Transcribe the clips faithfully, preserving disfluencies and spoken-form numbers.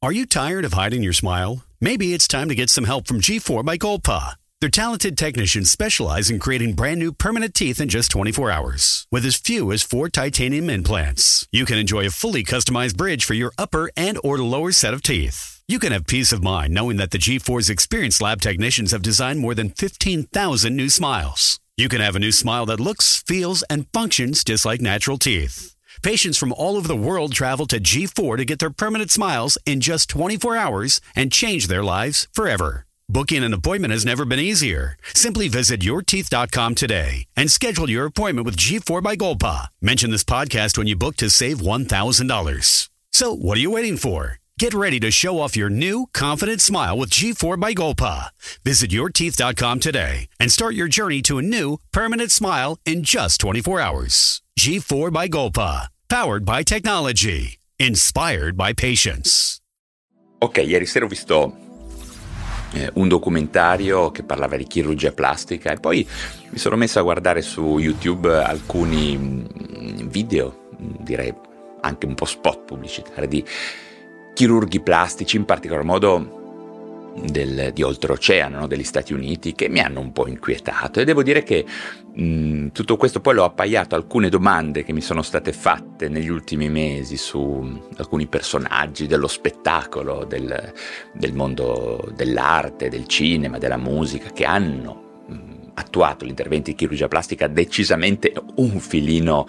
Are you tired of hiding your smile? Maybe it's time to get some help from G four by Golpa. Their talented technicians specialize in creating brand new permanent teeth in just twenty-four hours. With as few as four titanium implants, you can enjoy a fully customized bridge for your upper and or lower set of teeth. You can have peace of mind knowing that the G four's experienced lab technicians have designed more than fifteen thousand new smiles. You can have a new smile that looks, feels, and functions just like natural teeth. Patients from all over the world travel to G four to get their permanent smiles in just twenty-four hours and change their lives forever. Booking an appointment has never been easier. Simply visit your teeth dot com today and schedule your appointment with G four by Golpa. Mention this podcast when you book to save one thousand dollars. So what are you waiting for? Get ready to show off your new, confident smile with G four by Golpa. Visit your teeth dot com today and start your journey to a new, permanent smile in just twenty-four hours. G four by Golpa. Powered by technology. Inspired by patience. Ok, ieri sera ho visto eh, un documentario che parlava di chirurgia plastica e poi mi sono messo a guardare su YouTube alcuni mh, video, mh, direi anche un po' spot pubblicitari di chirurghi plastici, in particolar modo del, di oltreoceano, no? Degli Stati Uniti, che mi hanno un po' inquietato, e devo dire che mh, tutto questo poi l'ho appaiato alcune domande che mi sono state fatte negli ultimi mesi su alcuni personaggi dello spettacolo, del, del mondo dell'arte, del cinema, della musica, che hanno mh, attuato gli interventi di chirurgia plastica decisamente un filino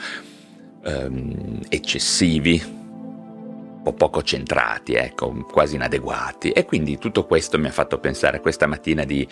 um, eccessivi, o poco centrati, ecco, quasi inadeguati. E quindi tutto questo mi ha fatto pensare questa mattina di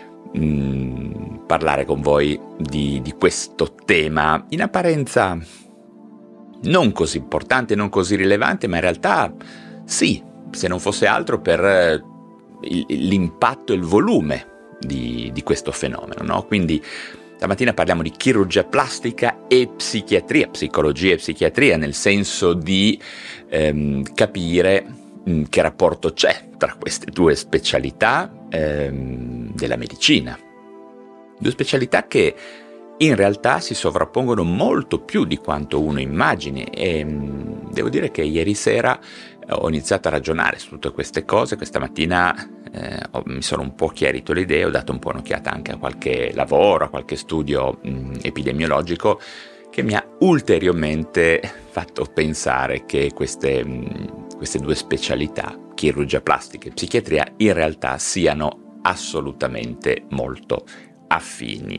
mh, parlare con voi di, di questo tema in apparenza non così importante, non così rilevante, ma in realtà sì, se non fosse altro per il, l'impatto e il volume di, di questo fenomeno, no? Quindi stamattina parliamo di chirurgia plastica e psichiatria, psicologia e psichiatria, nel senso di ehm, capire mh, che rapporto c'è tra queste due specialità ehm, della medicina. Due specialità che in realtà si sovrappongono molto più di quanto uno immagini, e mh, devo dire che ieri sera ho iniziato a ragionare su tutte queste cose. Questa mattina eh, ho, mi sono un po' chiarito le idee, ho dato un po' un'occhiata anche a qualche lavoro, a qualche studio mh, epidemiologico, che mi ha ulteriormente fatto pensare che queste, mh, queste due specialità, chirurgia plastica e psichiatria, in realtà siano assolutamente molto affini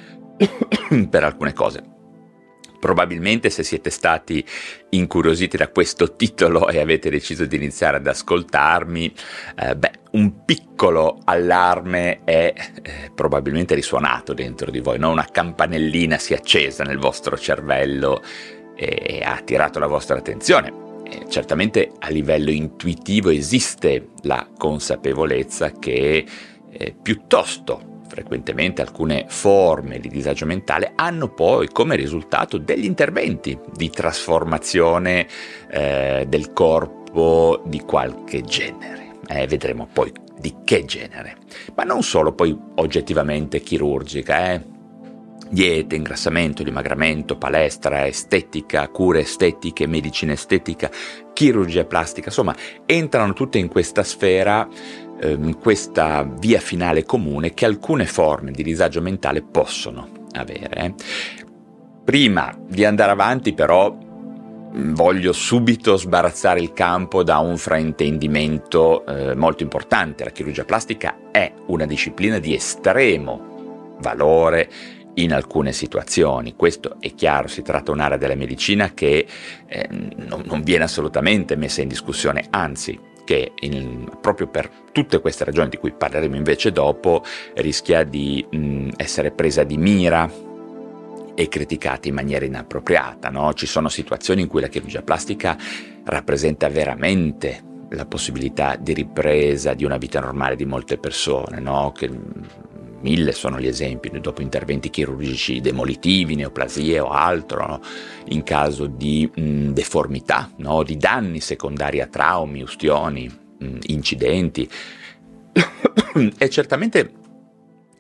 per alcune cose. Probabilmente, se siete stati incuriositi da questo titolo e avete deciso di iniziare ad ascoltarmi, eh, beh, un piccolo allarme è eh, probabilmente risuonato dentro di voi, no? Una campanellina si è accesa nel vostro cervello e ha attirato la vostra attenzione. E certamente a livello intuitivo esiste la consapevolezza che eh, piuttosto frequentemente alcune forme di disagio mentale hanno poi come risultato degli interventi di trasformazione eh, del corpo di qualche genere. Eh, vedremo poi di che genere, ma non solo poi oggettivamente chirurgica, eh. Diete, ingrassamento, dimagramento, palestra, estetica, cure estetiche, medicina estetica, chirurgia plastica, insomma, entrano tutte in questa sfera, in questa via finale comune che alcune forme di disagio mentale possono avere. Prima di andare avanti, però, voglio subito sbarazzare il campo da un fraintendimento eh, molto importante. La chirurgia plastica è una disciplina di estremo valore in alcune situazioni, questo è chiaro. Si tratta di un'area della medicina che eh, non, non viene assolutamente messa in discussione, anzi, che in, proprio per tutte queste ragioni di cui parleremo invece dopo, rischia di mh, essere presa di mira e criticata in maniera inappropriata, no? Ci sono situazioni in cui la chirurgia plastica rappresenta veramente la possibilità di ripresa di una vita normale di molte persone, no? Che mille sono gli esempi, dopo interventi chirurgici demolitivi, neoplasie o altro, no? In caso di mh, deformità, no? Di danni secondari a traumi, ustioni, mh, incidenti. E certamente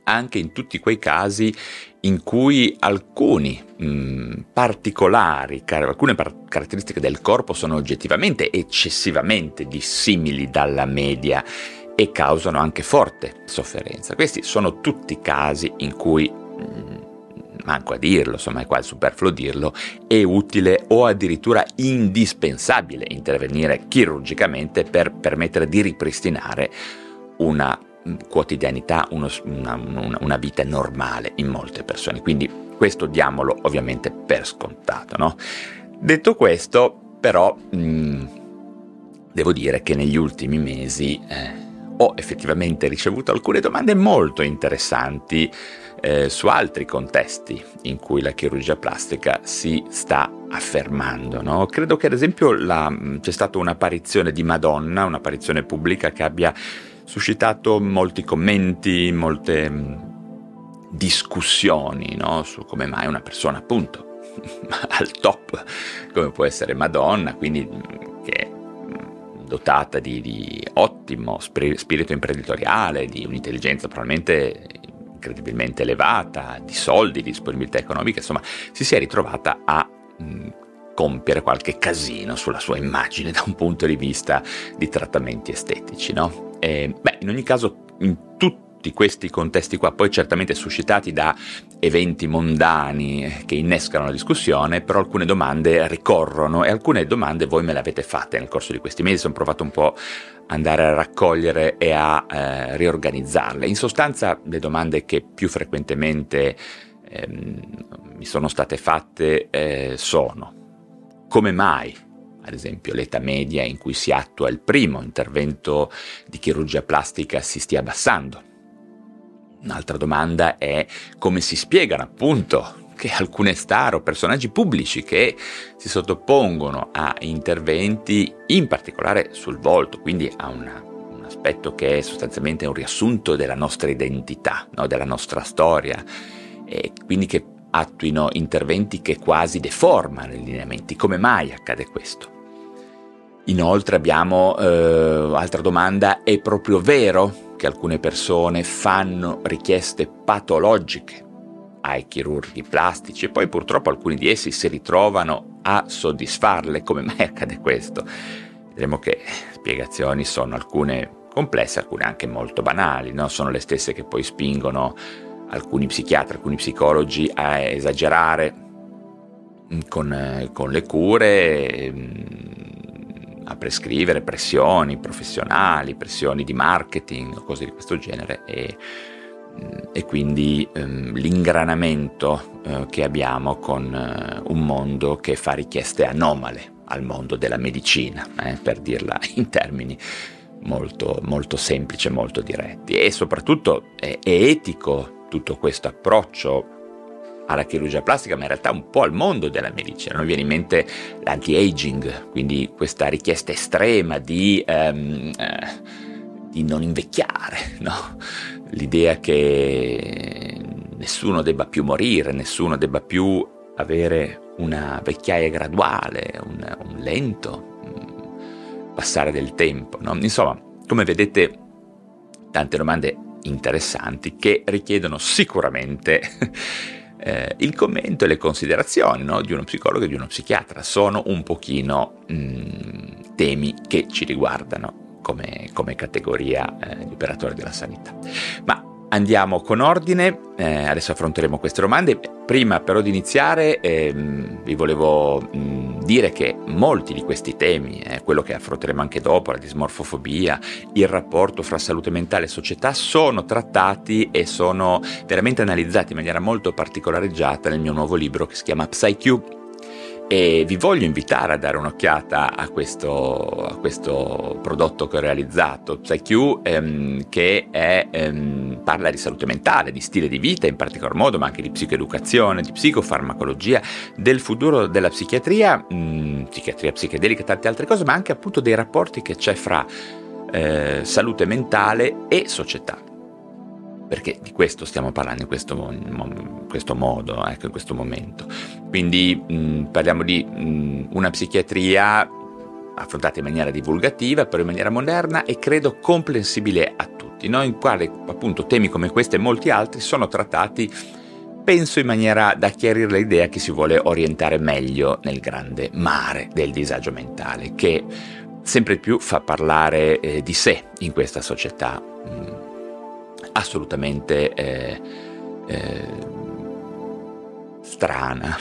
anche in tutti quei casi in cui alcuni mh, particolari, car- alcune par- caratteristiche del corpo sono oggettivamente eccessivamente dissimili dalla media e causano anche forte sofferenza. Questi sono tutti casi in cui, mh, manco a dirlo, insomma è quasi superfluo dirlo, è utile o addirittura indispensabile intervenire chirurgicamente per permettere di ripristinare una quotidianità, uno, una, una, una vita normale in molte persone. Quindi questo diamolo ovviamente per scontato, no? Detto questo, però, mh, devo dire che negli ultimi mesi eh, ho effettivamente ricevuto alcune domande molto interessanti eh, su altri contesti in cui la chirurgia plastica si sta affermando, no? Credo che ad esempio la, c'è stata un'apparizione di Madonna, un'apparizione pubblica che abbia suscitato molti commenti, molte mh, discussioni, no? Su come mai una persona appunto al top, come può essere Madonna, quindi mh, che è mh, dotata di, di ottimo spir- spirito imprenditoriale, di un'intelligenza probabilmente incredibilmente elevata, di soldi, di disponibilità economica, insomma si sia ritrovata a mh, compiere qualche casino sulla sua immagine da un punto di vista di trattamenti estetici, no? E, beh, in ogni caso, in tutti questi contesti qua, poi certamente suscitati da eventi mondani che innescano la discussione, però alcune domande ricorrono e alcune domande voi me le avete fatte nel corso di questi mesi. Ho provato un po' andare a raccogliere e a eh, riorganizzarle. In sostanza, le domande che più frequentemente ehm, mi sono state fatte eh, sono: come mai, ad esempio, l'età media in cui si attua il primo intervento di chirurgia plastica si stia abbassando? Un'altra domanda è come si spiegano appunto che alcune star o personaggi pubblici che si sottopongono a interventi in particolare sul volto, quindi a una, un aspetto che è sostanzialmente un riassunto della nostra identità, no? Della nostra storia, e quindi che attuino interventi che quasi deformano i lineamenti. Come mai accade questo? Inoltre abbiamo eh, altra domanda: è proprio vero che alcune persone fanno richieste patologiche ai chirurghi plastici e poi purtroppo alcuni di essi si ritrovano a soddisfarle? Come mai accade questo? Vedremo che le spiegazioni sono alcune complesse, alcune anche molto banali, no? Sono le stesse che poi spingono alcuni psichiatri, alcuni psicologi a esagerare con, con le cure, a prescrivere pressioni professionali, pressioni di marketing, cose di questo genere, e, e quindi um, l'ingranamento uh, che abbiamo con uh, un mondo che fa richieste anomale al mondo della medicina, eh, per dirla in termini molto, molto semplici e molto diretti. E soprattutto è, è etico tutto questo approccio alla chirurgia plastica, ma in realtà un po' al mondo della medicina. Non viene in mente l'anti-aging, quindi questa richiesta estrema di, um, eh, di non invecchiare, no? L'idea che nessuno debba più morire, nessuno debba più avere una vecchiaia graduale, un, un lento um, passare del tempo, no? Insomma, come vedete, tante domande interessanti che richiedono sicuramente eh, il commento e le considerazioni, no? Di uno psicologo e di uno psichiatra. Sono un pochino mh, temi che ci riguardano come, come categoria eh, di operatori della sanità. Ma andiamo con ordine, eh, adesso affronteremo queste domande. Prima però di iniziare ehm, vi volevo mh, dire che molti di questi temi, eh, quello che affronteremo anche dopo, la dismorfofobia, il rapporto fra salute mentale e società, sono trattati e sono veramente analizzati in maniera molto particolareggiata nel mio nuovo libro che si chiama PsyQ. E vi voglio invitare a dare un'occhiata a questo, a questo prodotto che ho realizzato, PsyQ, ehm, che è, ehm, parla di salute mentale, di stile di vita in particolar modo, ma anche di psicoeducazione, di psicofarmacologia, del futuro della psichiatria, mh, psichiatria psichedelica e tante altre cose, ma anche appunto dei rapporti che c'è fra eh, salute mentale e società. Perché di questo stiamo parlando in questo, in questo modo, ecco, in questo momento. Quindi mh, parliamo di mh, una psichiatria affrontata in maniera divulgativa, però in maniera moderna e credo comprensibile a tutti. contenuti, no? In quale appunto temi come questi e molti altri sono trattati, penso, in maniera da chiarire l'idea che si vuole orientare meglio nel grande mare del disagio mentale, che sempre più fa parlare eh, di sé in questa società mh, assolutamente eh, eh, strana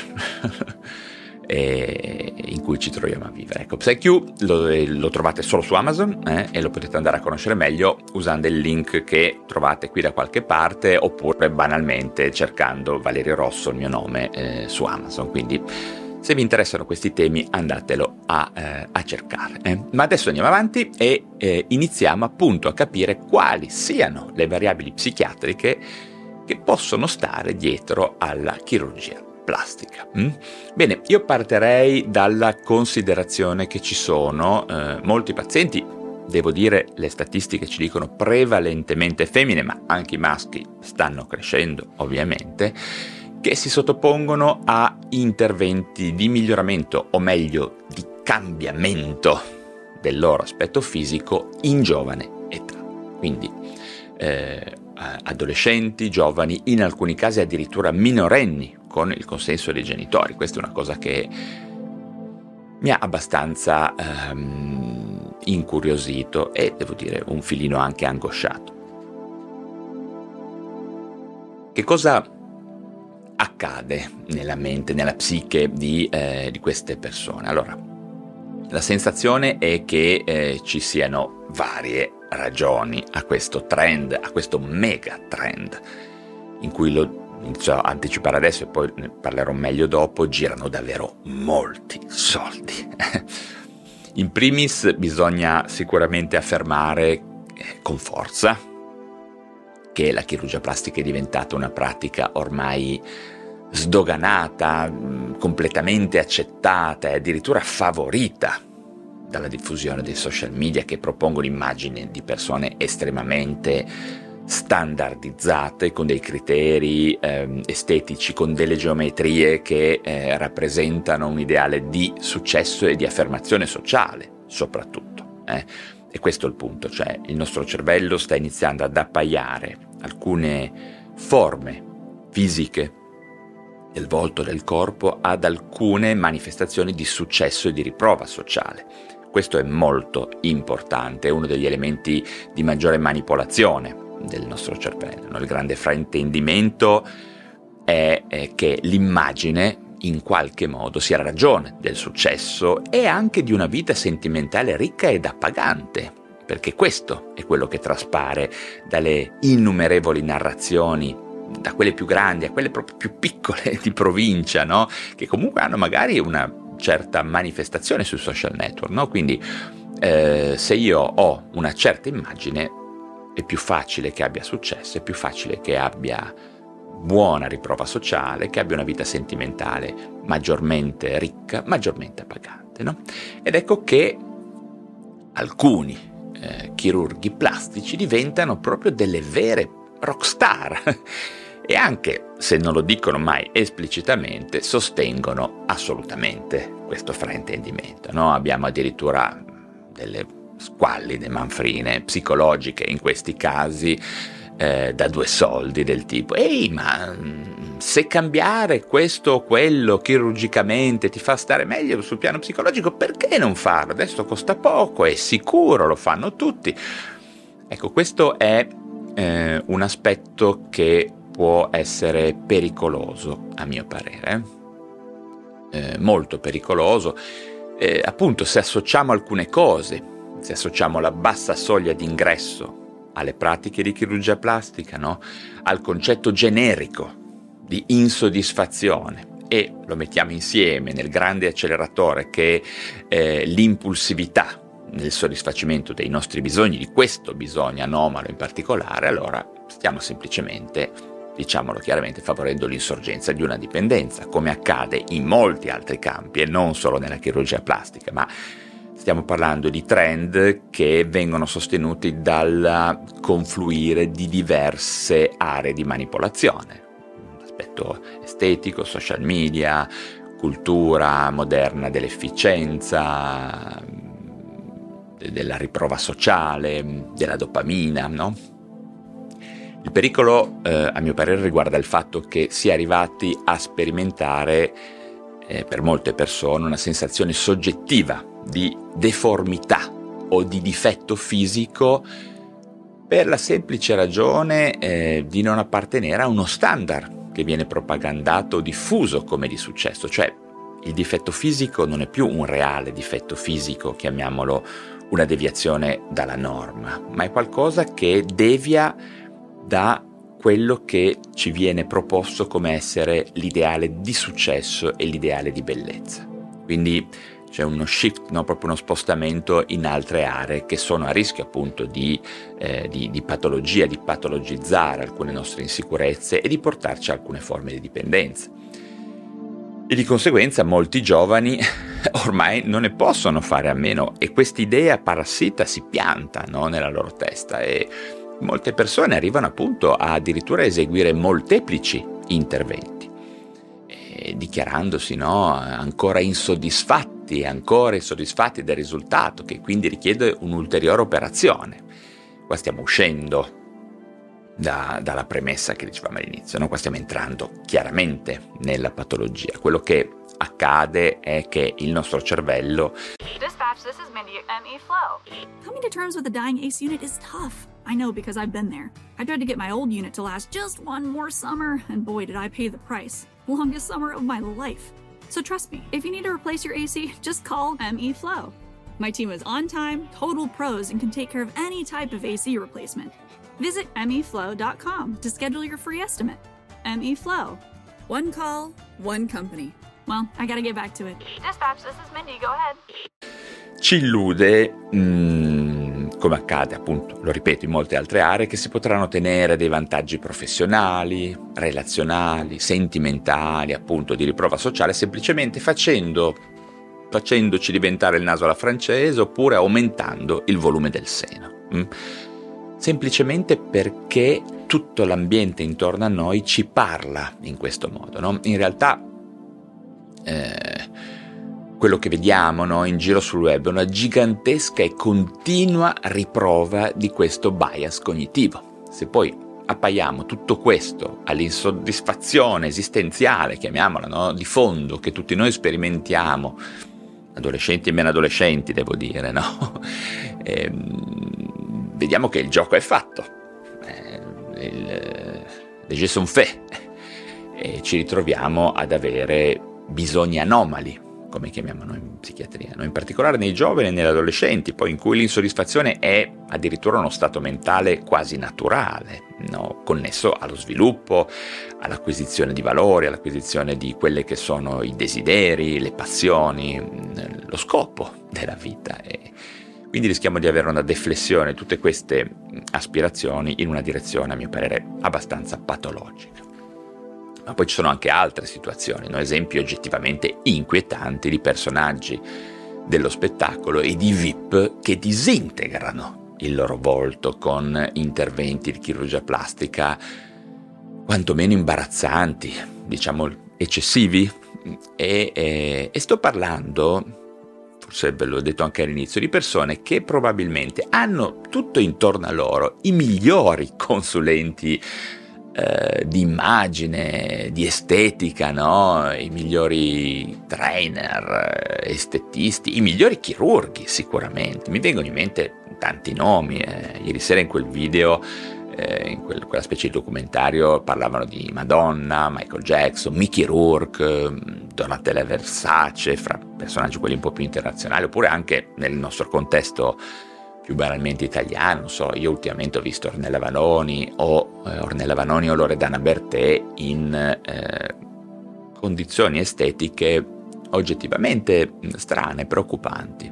e in cui ci troviamo a vivere. Ecco, PsyQ lo, lo trovate solo su Amazon eh, e lo potete andare a conoscere meglio usando il link che trovate qui da qualche parte, oppure banalmente cercando Valerio Rosso, il mio nome, eh, su Amazon. Quindi se vi interessano questi temi andatelo a, eh, a cercare. Eh. Ma adesso andiamo avanti e eh, iniziamo appunto a capire quali siano le variabili psichiatriche che possono stare dietro alla chirurgia plastica. Mm? Bene, io partirei dalla considerazione che ci sono eh, molti pazienti, devo dire le statistiche ci dicono prevalentemente femmine, ma anche i maschi stanno crescendo ovviamente, che si sottopongono a interventi di miglioramento, o meglio di cambiamento del loro aspetto fisico in giovane età. Quindi eh, adolescenti, giovani, in alcuni casi addirittura minorenni, con il consenso dei genitori. Questa è una cosa che mi ha abbastanza ehm, incuriosito e, devo dire, un filino anche angosciato. Che cosa accade nella mente, nella psiche di, eh, di queste persone? Allora, la sensazione è che eh, ci siano varie ragioni a questo trend, a questo mega trend, in cui lo inizio a anticipare adesso e poi ne parlerò meglio dopo, girano davvero molti soldi. In primis bisogna sicuramente affermare eh, con forza che la chirurgia plastica è diventata una pratica ormai sdoganata, completamente accettata e addirittura favorita dalla diffusione dei social media, che propongono immagini di persone estremamente standardizzate, con dei criteri eh, estetici, con delle geometrie che eh, rappresentano un ideale di successo e di affermazione sociale, soprattutto. Eh. E questo è il punto, cioè il nostro cervello sta iniziando ad appaiare alcune forme fisiche del volto, del corpo, ad alcune manifestazioni di successo e di riprova sociale. Questo è molto importante, è uno degli elementi di maggiore manipolazione del nostro cervello, no? Il grande fraintendimento è, è che l'immagine in qualche modo sia la ragione del successo e anche di una vita sentimentale ricca ed appagante, perché questo è quello che traspare dalle innumerevoli narrazioni, da quelle più grandi a quelle proprio più piccole di provincia, no? Che comunque hanno magari una certa manifestazione sui social network, no? Quindi eh, se io ho una certa immagine è più facile che abbia successo, è più facile che abbia buona riprova sociale, che abbia una vita sentimentale maggiormente ricca, maggiormente appagante, no? Ed ecco che alcuni eh, chirurghi plastici diventano proprio delle vere rockstar e anche se non lo dicono mai esplicitamente sostengono assolutamente questo fraintendimento, no? Abbiamo addirittura delle squallide manfrine psicologiche in questi casi eh, da due soldi, del tipo ehi ma se cambiare questo o quello chirurgicamente ti fa stare meglio sul piano psicologico, perché non farlo? Adesso costa poco, è sicuro, lo fanno tutti. Ecco, questo è eh, un aspetto che può essere pericoloso a mio parere, eh, molto pericoloso, eh, appunto se associamo alcune cose, se associamo la bassa soglia di ingresso alle pratiche di chirurgia plastica, no? Al concetto generico di insoddisfazione e lo mettiamo insieme nel grande acceleratore che è eh, l'impulsività nel soddisfacimento dei nostri bisogni, di questo bisogno anomalo in particolare, allora stiamo semplicemente, diciamolo chiaramente, favorendo l'insorgenza di una dipendenza, come accade in molti altri campi e non solo nella chirurgia plastica, ma stiamo parlando di trend che vengono sostenuti dal confluire di diverse aree di manipolazione, aspetto estetico, social media, cultura moderna dell'efficienza, della riprova sociale, della dopamina, no? Il pericolo, eh, a mio parere, riguarda il fatto che si è arrivati a sperimentare eh, per molte persone una sensazione soggettiva di deformità o di difetto fisico per la semplice ragione eh, di non appartenere a uno standard che viene propagandato o diffuso come di successo. Cioè, il difetto fisico non è più un reale difetto fisico, chiamiamolo una deviazione dalla norma, ma è qualcosa che devia da quello che ci viene proposto come essere l'ideale di successo e l'ideale di bellezza. Quindi c'è uno shift, no? Proprio uno spostamento in altre aree che sono a rischio appunto di, eh, di, di patologia, di patologizzare alcune nostre insicurezze e di portarci a alcune forme di dipendenza. E di conseguenza molti giovani ormai non ne possono fare a meno e quest'idea parassita si pianta, no? Nella loro testa, e molte persone arrivano appunto a addirittura eseguire molteplici interventi, e dichiarandosi, no, ancora insoddisfatti, ancora insoddisfatti del risultato, che quindi richiede un'ulteriore operazione. Qua stiamo uscendo da, dalla premessa che dicevamo all'inizio, no? Qua stiamo entrando chiaramente nella patologia. Quello che accade è che il nostro cervello... Dispatch, this is Mindy at M E Flow. Coming to terms with a dying A C unit is tough. I know because I've been there. I tried to get my old unit to last just one more summer, and boy did I pay the price. Longest summer of my life. So trust me, if you need to replace your A C, just call M E Flow. My team is on time, total pros, and can take care of any type of A C replacement. Visit M E Flow dot com to schedule your free estimate. M E Flow. One call, one company. Well, I gotta get back to it. Dispatch, this is Mindy, go ahead. Ci illude, mh, come accade appunto, lo ripeto, in molte altre aree, che si potranno ottenere dei vantaggi professionali, relazionali, sentimentali, appunto di riprova sociale, semplicemente facendo, facendoci diventare il naso alla francese oppure aumentando il volume del seno. Mh? Semplicemente perché tutto l'ambiente intorno a noi ci parla in questo modo, no? In realtà eh, quello che vediamo, no, in giro sul web è una gigantesca e continua riprova di questo bias cognitivo. Se poi appaiamo tutto questo all'insoddisfazione esistenziale, chiamiamola, no, di fondo, che tutti noi sperimentiamo, adolescenti e meno adolescenti devo dire, no? E, vediamo che il gioco è fatto, eh, il, les jeux sont faits, e ci ritroviamo ad avere bisogni anomali, come chiamiamo noi in psichiatria, no? In particolare nei giovani e negli adolescenti, poi in cui l'insoddisfazione è addirittura uno stato mentale quasi naturale, no? Connesso allo sviluppo, all'acquisizione di valori, all'acquisizione di quelle che sono i desideri, le passioni, lo scopo della vita, e quindi rischiamo di avere una deflessione, tutte queste aspirazioni in una direzione, a mio parere, abbastanza patologica. Ma poi ci sono anche altre situazioni, no? Esempi oggettivamente inquietanti di personaggi dello spettacolo e di V I P che disintegrano il loro volto con interventi di chirurgia plastica quantomeno imbarazzanti, diciamo eccessivi, e, e, e sto parlando, forse ve l'ho detto anche all'inizio, di persone che probabilmente hanno tutto intorno a loro i migliori consulenti eh, di immagine, di estetica, no? I migliori trainer, estetisti, i migliori chirurghi sicuramente. Mi vengono in mente tanti nomi. Eh. Ieri sera in quel video, eh, in quel, quella specie di documentario, parlavano di Madonna, Michael Jackson, Mickey Rourke, Donatella Versace, fra personaggi quelli un po' più internazionali, oppure anche nel nostro contesto più banalmente italiano. Non so, io ultimamente ho visto Ornella Vanoni o eh, Ornella Vanoni o Loredana Bertè in eh, condizioni estetiche oggettivamente strane, preoccupanti,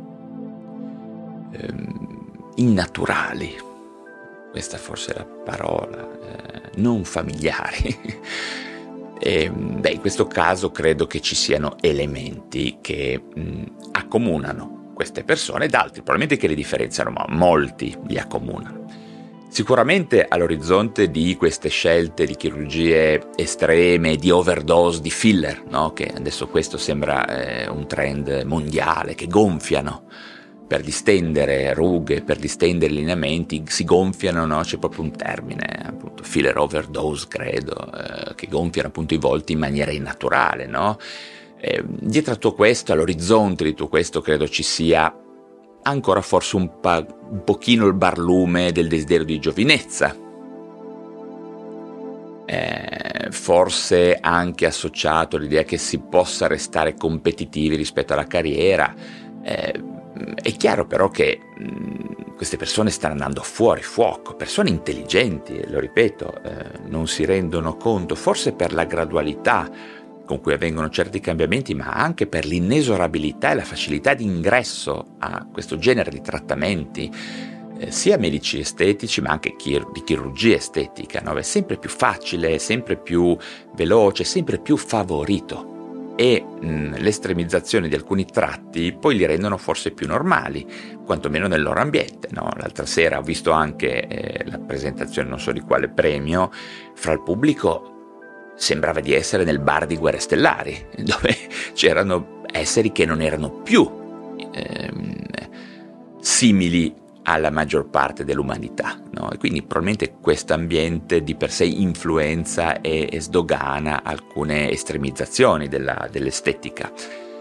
ehm, innaturali, questa forse è la parola, eh, non familiari. E, beh, in questo caso credo che ci siano elementi che mh, accomunano queste persone ed altri probabilmente che le differenziano, ma molti li accomunano. Sicuramente all'orizzonte di queste scelte di chirurgie estreme, di overdose, di filler, no? Che adesso questo sembra eh, un trend mondiale, che gonfiano per distendere rughe, per distendere lineamenti, si gonfiano, no? C'è proprio un termine, appunto, filler overdose, credo, eh, che gonfiano appunto i volti in maniera innaturale, no? Eh, dietro a tutto questo, all'orizzonte di tutto questo, credo ci sia ancora forse un, pa- un pochino il barlume del desiderio di giovinezza, eh, forse anche associato all'idea che si possa restare competitivi rispetto alla carriera. Eh, è chiaro però che mh, queste persone stanno andando fuori fuoco, persone intelligenti, lo ripeto, eh, non si rendono conto, forse per la gradualità con cui avvengono certi cambiamenti, ma anche per l'inesorabilità e la facilità di ingresso a questo genere di trattamenti, eh, sia medici estetici ma anche chir- di chirurgia estetica, no? È sempre più facile, sempre più veloce, sempre più favorito, e mh, l'estremizzazione di alcuni tratti poi li rendono forse più normali, quantomeno nel loro ambiente, no? L'altra sera ho visto anche eh, la presentazione non so di quale premio fra il pubblico. Sembrava di essere nel bar di Guerre Stellari, dove c'erano esseri che non erano più ehm, simili alla maggior parte dell'umanità, no? E quindi probabilmente questo ambiente di per sé influenza e, e sdogana alcune estremizzazioni della, dell'estetica.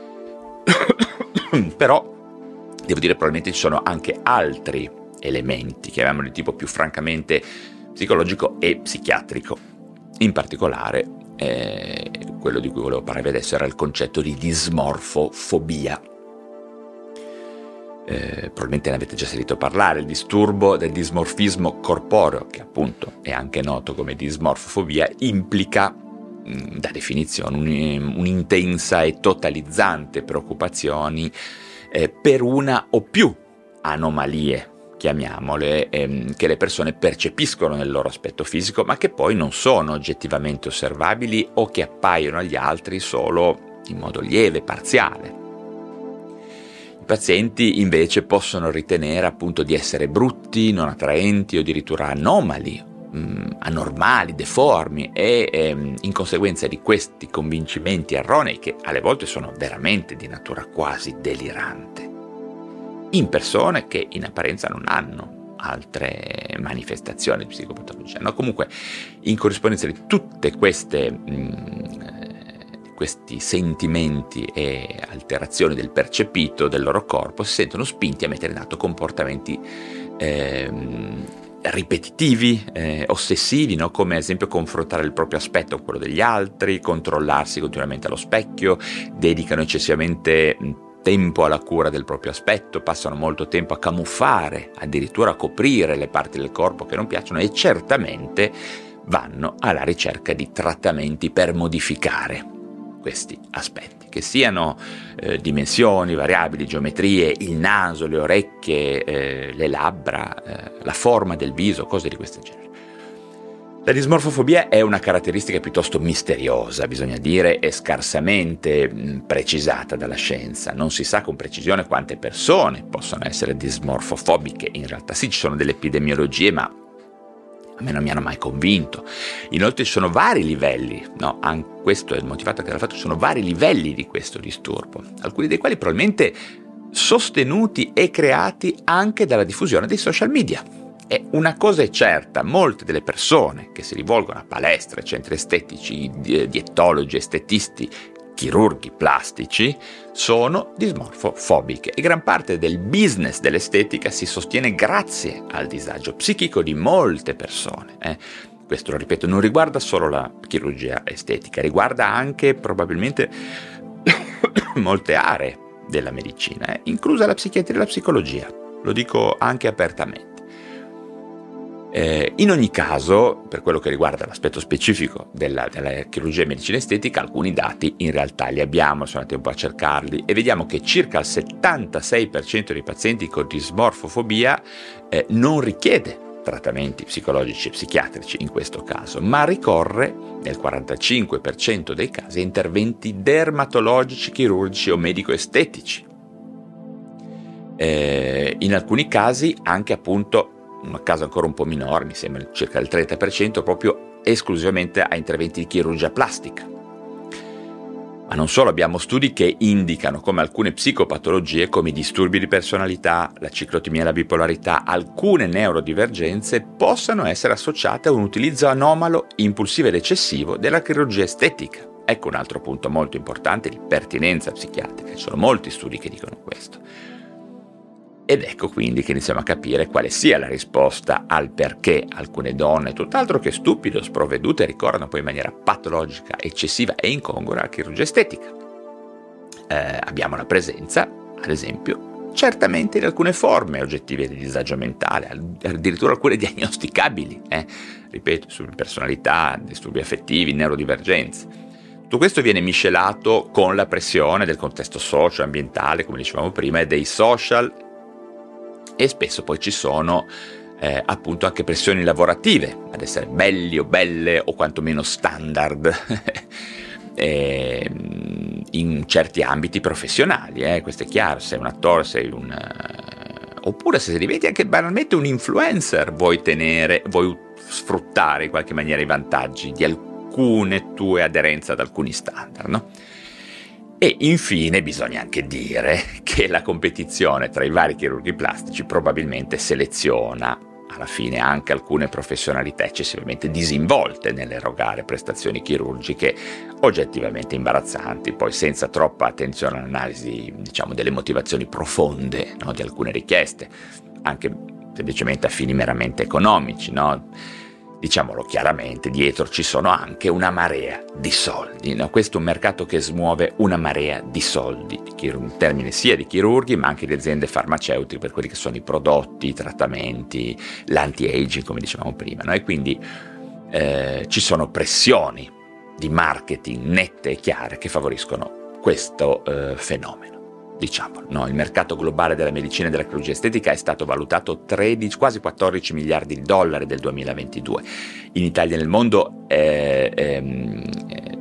Però devo dire, probabilmente ci sono anche altri elementi, chiamiamoli di tipo più francamente psicologico e psichiatrico. In particolare, eh, quello di cui volevo parlarvi adesso era il concetto di dismorfofobia. Eh, probabilmente ne avete già sentito parlare, il disturbo del dismorfismo corporeo, che appunto è anche noto come dismorfofobia, implica, mh, da definizione, un, un'intensa e totalizzante preoccupazione eh, per una o più anomalie, chiamiamole, ehm, che le persone percepiscono nel loro aspetto fisico, ma che poi non sono oggettivamente osservabili o che appaiono agli altri solo in modo lieve, parziale. I pazienti invece possono ritenere appunto di essere brutti, non attraenti o addirittura anomali, mh, anormali, deformi, e ehm, in conseguenza di questi convincimenti erronei, che alle volte sono veramente di natura quasi delirante, in persone che in apparenza non hanno altre manifestazioni di psicopatologia, no? Comunque, in corrispondenza di tutte queste mh, questi sentimenti e alterazioni del percepito del loro corpo, si sentono spinti a mettere in atto comportamenti eh, ripetitivi, eh, ossessivi, no? Come ad esempio confrontare il proprio aspetto con quello degli altri, controllarsi continuamente allo specchio, dedicano eccessivamente tempo alla cura del proprio aspetto, passano molto tempo a camuffare, addirittura a coprire le parti del corpo che non piacciono, e certamente vanno alla ricerca di trattamenti per modificare questi aspetti, che siano eh, dimensioni, variabili, geometrie, il naso, le orecchie, eh, le labbra, eh, la forma del viso, cose di questo genere. La dismorfofobia è una caratteristica piuttosto misteriosa, bisogna dire, e scarsamente mh, precisata dalla scienza. Non si sa con precisione quante persone possono essere dismorfofobiche. In realtà sì, ci sono delle epidemiologie, ma a me non mi hanno mai convinto. Inoltre ci sono vari livelli, no? Anche questo è motivato anche dal fatto che ci sono vari livelli di questo disturbo, alcuni dei quali probabilmente sostenuti e creati anche dalla diffusione dei social media. E una cosa è certa, molte delle persone che si rivolgono a palestre, centri estetici, dietologi, estetisti, chirurghi plastici, sono dismorfofobiche, e gran parte del business dell'estetica si sostiene grazie al disagio psichico di molte persone. Eh. Questo, lo ripeto, non riguarda solo la chirurgia estetica, riguarda anche probabilmente molte aree della medicina, eh, inclusa la psichiatria e la psicologia, lo dico anche apertamente. Eh, in ogni caso, per quello che riguarda l'aspetto specifico della, della chirurgia e medicina estetica, alcuni dati in realtà li abbiamo, sono andati un po' a cercarli, e vediamo che circa il settantasei per cento dei pazienti con dismorfofobia eh, non richiede trattamenti psicologici e psichiatrici in questo caso, ma ricorre nel quarantacinque per cento dei casi a interventi dermatologici, chirurgici o medico-estetici. Eh, in alcuni casi anche appunto, in un caso ancora un po' minore, mi sembra circa il trenta per cento, proprio esclusivamente a interventi di chirurgia plastica. Ma non solo, abbiamo studi che indicano come alcune psicopatologie, come i disturbi di personalità, la ciclotimia e la bipolarità, alcune neurodivergenze possano essere associate a un utilizzo anomalo, impulsivo ed eccessivo della chirurgia estetica. Ecco un altro punto molto importante di pertinenza psichiatrica, ci sono molti studi che dicono questo. Ed ecco quindi che iniziamo a capire quale sia la risposta al perché alcune donne, tutt'altro che stupide o sprovvedute, ricorrono poi in maniera patologica, eccessiva e incongrua alla chirurgia estetica. Eh, abbiamo la presenza, ad esempio, certamente di alcune forme oggettive di disagio mentale, addirittura alcune diagnosticabili, eh? ripeto, sulle personalità, disturbi affettivi, neurodivergenze. Tutto questo viene miscelato con la pressione del contesto socio-ambientale, come dicevamo prima, e dei social, e spesso poi ci sono eh, appunto anche pressioni lavorative ad essere belli o belle o quantomeno standard e, in certi ambiti professionali, eh, questo è chiaro. Sei un attore, sei un uh, oppure se diventi anche banalmente un influencer, vuoi tenere, vuoi sfruttare in qualche maniera i vantaggi di alcune tue aderenze ad alcuni standard, no? E infine bisogna anche dire che la competizione tra i vari chirurghi plastici probabilmente seleziona alla fine anche alcune professionalità eccessivamente disinvolte nell'erogare prestazioni chirurgiche oggettivamente imbarazzanti, poi senza troppa attenzione all'analisi, diciamo, delle motivazioni profonde, no, di alcune richieste, anche semplicemente a fini meramente economici, no? Diciamolo chiaramente, dietro ci sono anche una marea di soldi, no? Questo è un mercato che smuove una marea di soldi, in termini sia di chirurghi ma anche di aziende farmaceutiche per quelli che sono i prodotti, i trattamenti, l'anti-aging come dicevamo prima, no? E quindi eh, ci sono pressioni di marketing nette e chiare che favoriscono questo eh, fenomeno. Diciamo, no, il mercato globale della medicina e della chirurgia estetica è stato valutato tredici, quasi quattordici miliardi di dollari del duemilaventidue. In Italia e nel mondo eh, eh,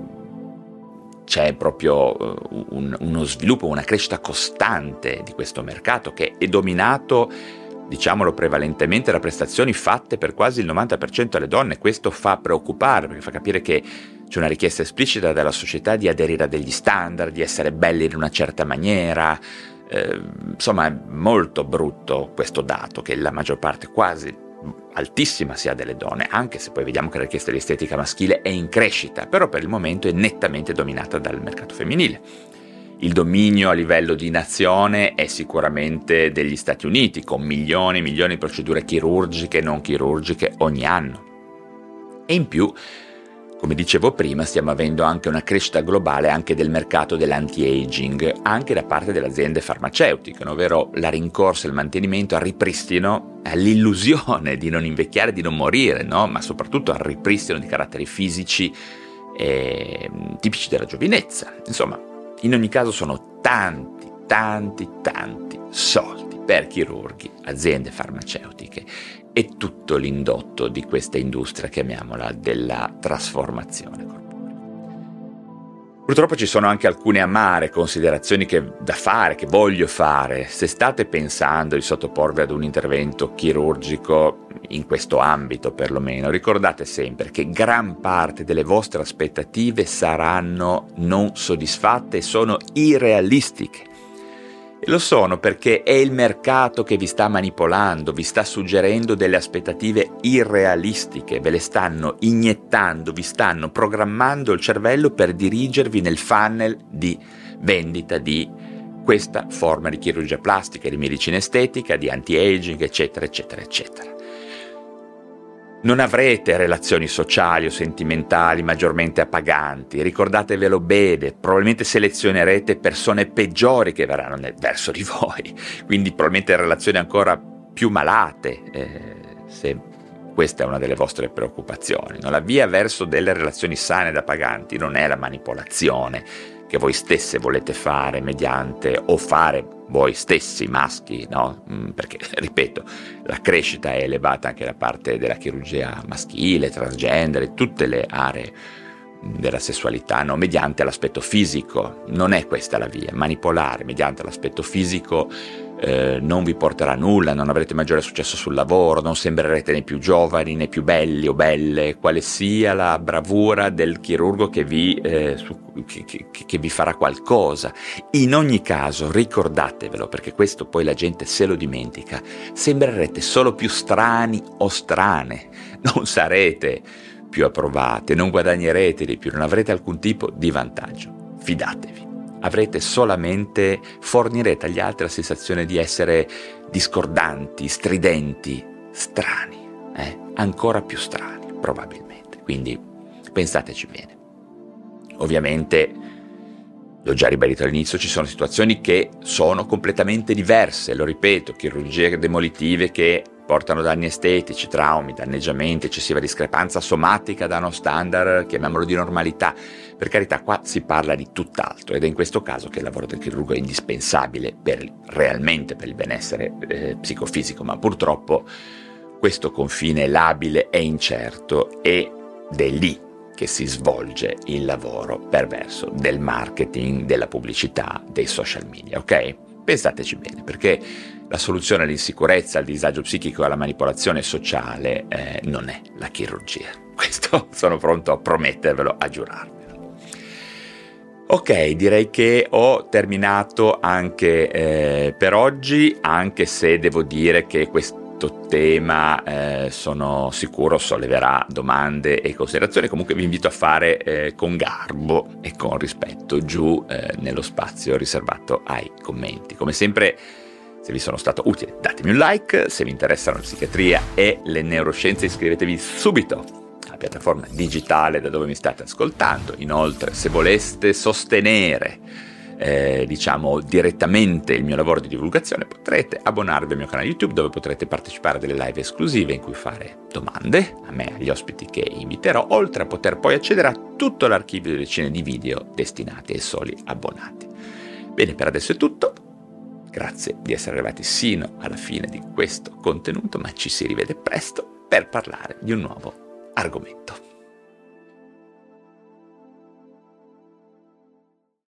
c'è proprio un, uno sviluppo, una crescita costante di questo mercato che è dominato, diciamolo, prevalentemente da prestazioni fatte per quasi il novanta per cento alle donne. Questo fa preoccupare perché fa capire che c'è una richiesta esplicita dalla società di aderire a degli standard, di essere belli in una certa maniera. Eh, insomma, è molto brutto questo dato, che la maggior parte, quasi altissima, sia delle donne, anche se poi vediamo che la richiesta di estetica maschile è in crescita, però per il momento è nettamente dominata dal mercato femminile. Il dominio a livello di nazione è sicuramente degli Stati Uniti, con milioni e milioni di procedure chirurgiche e non chirurgiche ogni anno. E in più, come dicevo prima, stiamo avendo anche una crescita globale anche del mercato dell'anti-aging, anche da parte delle aziende farmaceutiche, ovvero la rincorsa e il mantenimento al ripristino, all'illusione di non invecchiare, di non morire, no? Ma soprattutto al ripristino di caratteri fisici eh, tipici della giovinezza. Insomma, in ogni caso sono tanti, tanti, tanti soldi per chirurghi, aziende farmaceutiche e tutto l'indotto di questa industria, chiamiamola, della trasformazione corporea. Purtroppo ci sono anche alcune amare considerazioni che da fare, che voglio fare. Se state pensando di sottoporvi ad un intervento chirurgico in questo ambito perlomeno, ricordate sempre che gran parte delle vostre aspettative saranno non soddisfatte e sono irrealistiche. E lo sono perché è il mercato che vi sta manipolando, vi sta suggerendo delle aspettative irrealistiche, ve le stanno iniettando, vi stanno programmando il cervello per dirigervi nel funnel di vendita di questa forma di chirurgia plastica, di medicina estetica, di anti-aging, eccetera, eccetera, eccetera. Non avrete relazioni sociali o sentimentali maggiormente appaganti, ricordatevelo bene, probabilmente selezionerete persone peggiori che verranno nel, verso di voi, quindi probabilmente relazioni ancora più malate, eh, se questa è una delle vostre preoccupazioni. No? La via verso delle relazioni sane ed appaganti non è la manipolazione che voi stesse volete fare mediante o fare voi stessi maschi, no? Perché, ripeto, la crescita è elevata anche da parte della chirurgia maschile, transgender, tutte le aree della sessualità, no? Mediante l'aspetto fisico. Non è questa la via. Manipolare mediante l'aspetto fisico eh, non vi porterà a nulla, non avrete maggiore successo sul lavoro, non sembrerete né più giovani né più belli o belle, quale sia la bravura del chirurgo che vi, eh, su, che, che, che vi farà qualcosa. In ogni caso, ricordatevelo, perché questo poi la gente se lo dimentica, sembrerete solo più strani o strane, non sarete più approvate, non guadagnerete di più, non avrete alcun tipo di vantaggio. Fidatevi, avrete solamente, fornirete agli altri la sensazione di essere discordanti, stridenti, strani, eh? ancora più strani probabilmente, quindi pensateci bene. Ovviamente, l'ho già ribadito all'inizio, ci sono situazioni che sono completamente diverse, lo ripeto, chirurgie demolitive che portano danni estetici, traumi, danneggiamenti, eccessiva discrepanza somatica da uno standard, chiamiamolo di normalità. Per carità, qua si parla di tutt'altro ed è in questo caso che il lavoro del chirurgo è indispensabile per, realmente per il benessere eh, psicofisico, ma purtroppo questo confine labile è incerto ed è lì che si svolge il lavoro perverso del marketing, della pubblicità, dei social media, ok? Pensateci bene, perché la soluzione all'insicurezza, al disagio psichico e alla manipolazione sociale eh, non è la chirurgia. Questo sono pronto a promettervelo, a giurarvelo. Ok, direi che ho terminato anche eh, per oggi, anche se devo dire che questo tema eh, sono sicuro solleverà domande e considerazioni. Comunque vi invito a fare eh, con garbo e con rispetto giù eh, nello spazio riservato ai commenti. Come sempre, se vi sono stato utile datemi un like, se vi interessano la psichiatria e le neuroscienze iscrivetevi subito alla piattaforma digitale da dove mi state ascoltando. Inoltre, se voleste sostenere Eh, diciamo direttamente il mio lavoro di divulgazione, potrete abbonarvi al mio canale YouTube, dove potrete partecipare a delle live esclusive in cui fare domande a me e agli ospiti che inviterò, oltre a poter poi accedere a tutto l'archivio di decine di video destinati ai soli abbonati. Bene, per adesso è tutto, grazie di essere arrivati sino alla fine di questo contenuto, ma ci si rivede presto per parlare di un nuovo argomento.